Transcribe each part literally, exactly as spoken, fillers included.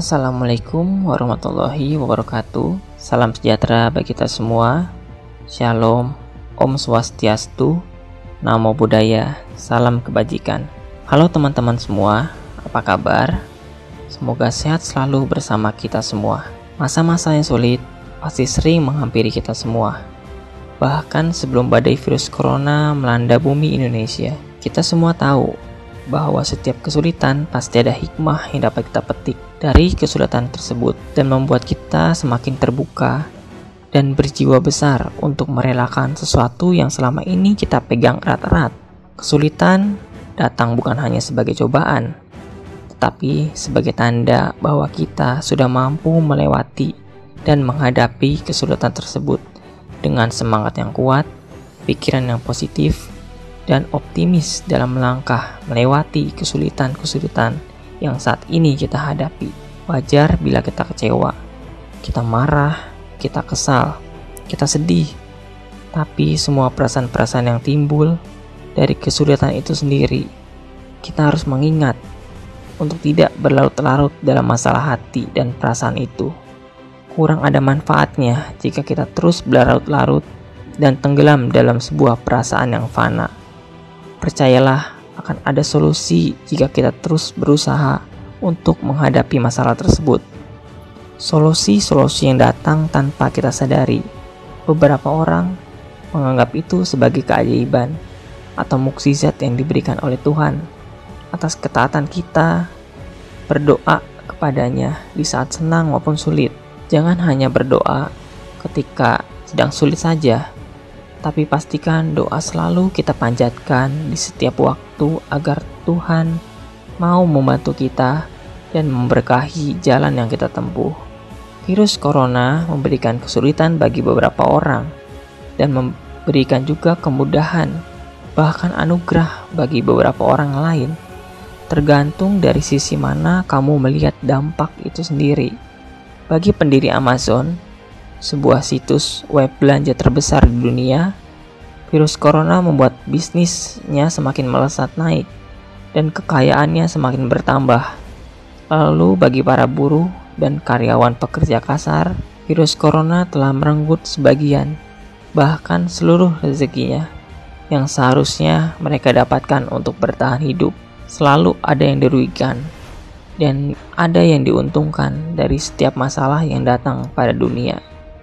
Assalamualaikum warahmatullahi wabarakatuh. Salam sejahtera bagi kita semua. Shalom, Om Swastiastu, Namo Buddhaya, salam kebajikan. Halo teman-teman semua, apa kabar? Semoga sehat selalu bersama kita semua. Masa-masa yang sulit pasti sering menghampiri kita semua. Bahkan sebelum badai virus corona melanda bumi Indonesia, kita semua tahu bahwa setiap kesulitan pasti ada hikmah yang dapat kita petik dari kesulitan tersebut dan membuat kita semakin terbuka dan berjiwa besar untuk merelakan sesuatu yang selama ini kita pegang erat-erat. Kesulitan datang bukan hanya sebagai cobaan, tetapi sebagai tanda bahwa kita sudah mampu melewati dan menghadapi kesulitan tersebut dengan semangat yang kuat, pikiran yang positif, dan optimis dalam melangkah melewati kesulitan-kesulitan yang saat ini kita hadapi. Wajar bila kita kecewa, kita marah, kita kesal, kita sedih. Tapi semua perasaan-perasaan yang timbul dari kesulitan itu sendiri, kita harus mengingat untuk tidak berlarut-larut dalam masalah hati dan perasaan itu. Kurang ada manfaatnya jika kita terus berlarut-larut dan tenggelam dalam sebuah perasaan yang fana. Percayalah, akan ada solusi jika kita terus berusaha untuk menghadapi masalah tersebut. Solusi-solusi yang datang tanpa kita sadari. Beberapa orang menganggap itu sebagai keajaiban atau mukjizat yang diberikan oleh Tuhan atas ketaatan kita berdoa kepadanya di saat senang maupun sulit. Jangan hanya berdoa ketika sedang sulit saja, tapi pastikan doa selalu kita panjatkan di setiap waktu agar Tuhan mau membantu kita dan memberkahi jalan yang kita tempuh. Virus corona memberikan kesulitan bagi beberapa orang dan memberikan juga kemudahan, bahkan anugerah bagi beberapa orang lain. Tergantung dari sisi mana kamu melihat dampak itu sendiri. Bagi pendiri Amazon, sebuah situs web belanja terbesar di dunia, virus corona membuat bisnisnya semakin melesat naik dan kekayaannya semakin bertambah. Lalu bagi para buruh dan karyawan pekerja kasar, virus corona telah merenggut sebagian, bahkan seluruh rezekinya yang seharusnya mereka dapatkan untuk bertahan hidup. Selalu ada yang dirugikan dan ada yang diuntungkan dari setiap masalah yang datang pada dunia.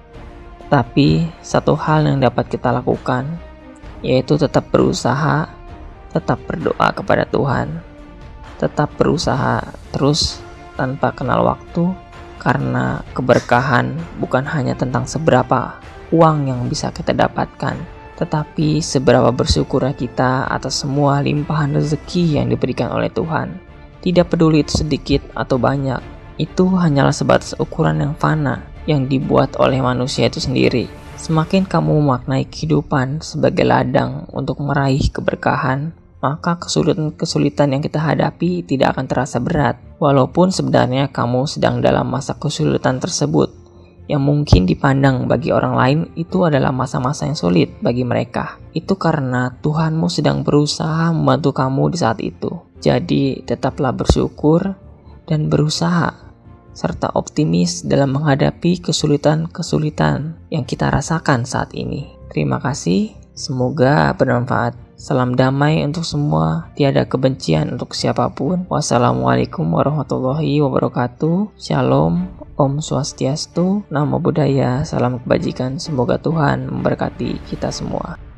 Tapi satu hal yang dapat kita lakukan, yaitu tetap berusaha, tetap berdoa kepada Tuhan, tetap berusaha terus tanpa kenal waktu, karena keberkahan bukan hanya tentang seberapa uang yang bisa kita dapatkan, tetapi seberapa bersyukur kita atas semua limpahan rezeki yang diberikan oleh Tuhan. Tidak peduli itu sedikit atau banyak, itu hanyalah sebatas ukuran yang fana yang dibuat oleh manusia itu sendiri. Semakin kamu memaknai kehidupan sebagai ladang untuk meraih keberkahan, maka kesulitan-kesulitan yang kita hadapi tidak akan terasa berat. Walaupun sebenarnya kamu sedang dalam masa kesulitan tersebut, yang mungkin dipandang bagi orang lain itu adalah masa-masa yang sulit bagi mereka. Itu karena Tuhanmu sedang berusaha membantu kamu di saat itu. Jadi tetaplah bersyukur dan berusaha, serta optimis dalam menghadapi kesulitan-kesulitan yang kita rasakan saat ini. Terima kasih, semoga bermanfaat. Salam damai untuk semua, tiada kebencian untuk siapapun. Wassalamualaikum warahmatullahi wabarakatuh. Shalom, Om Swastiastu, Namo Buddhaya, salam kebajikan. Semoga Tuhan memberkati kita semua.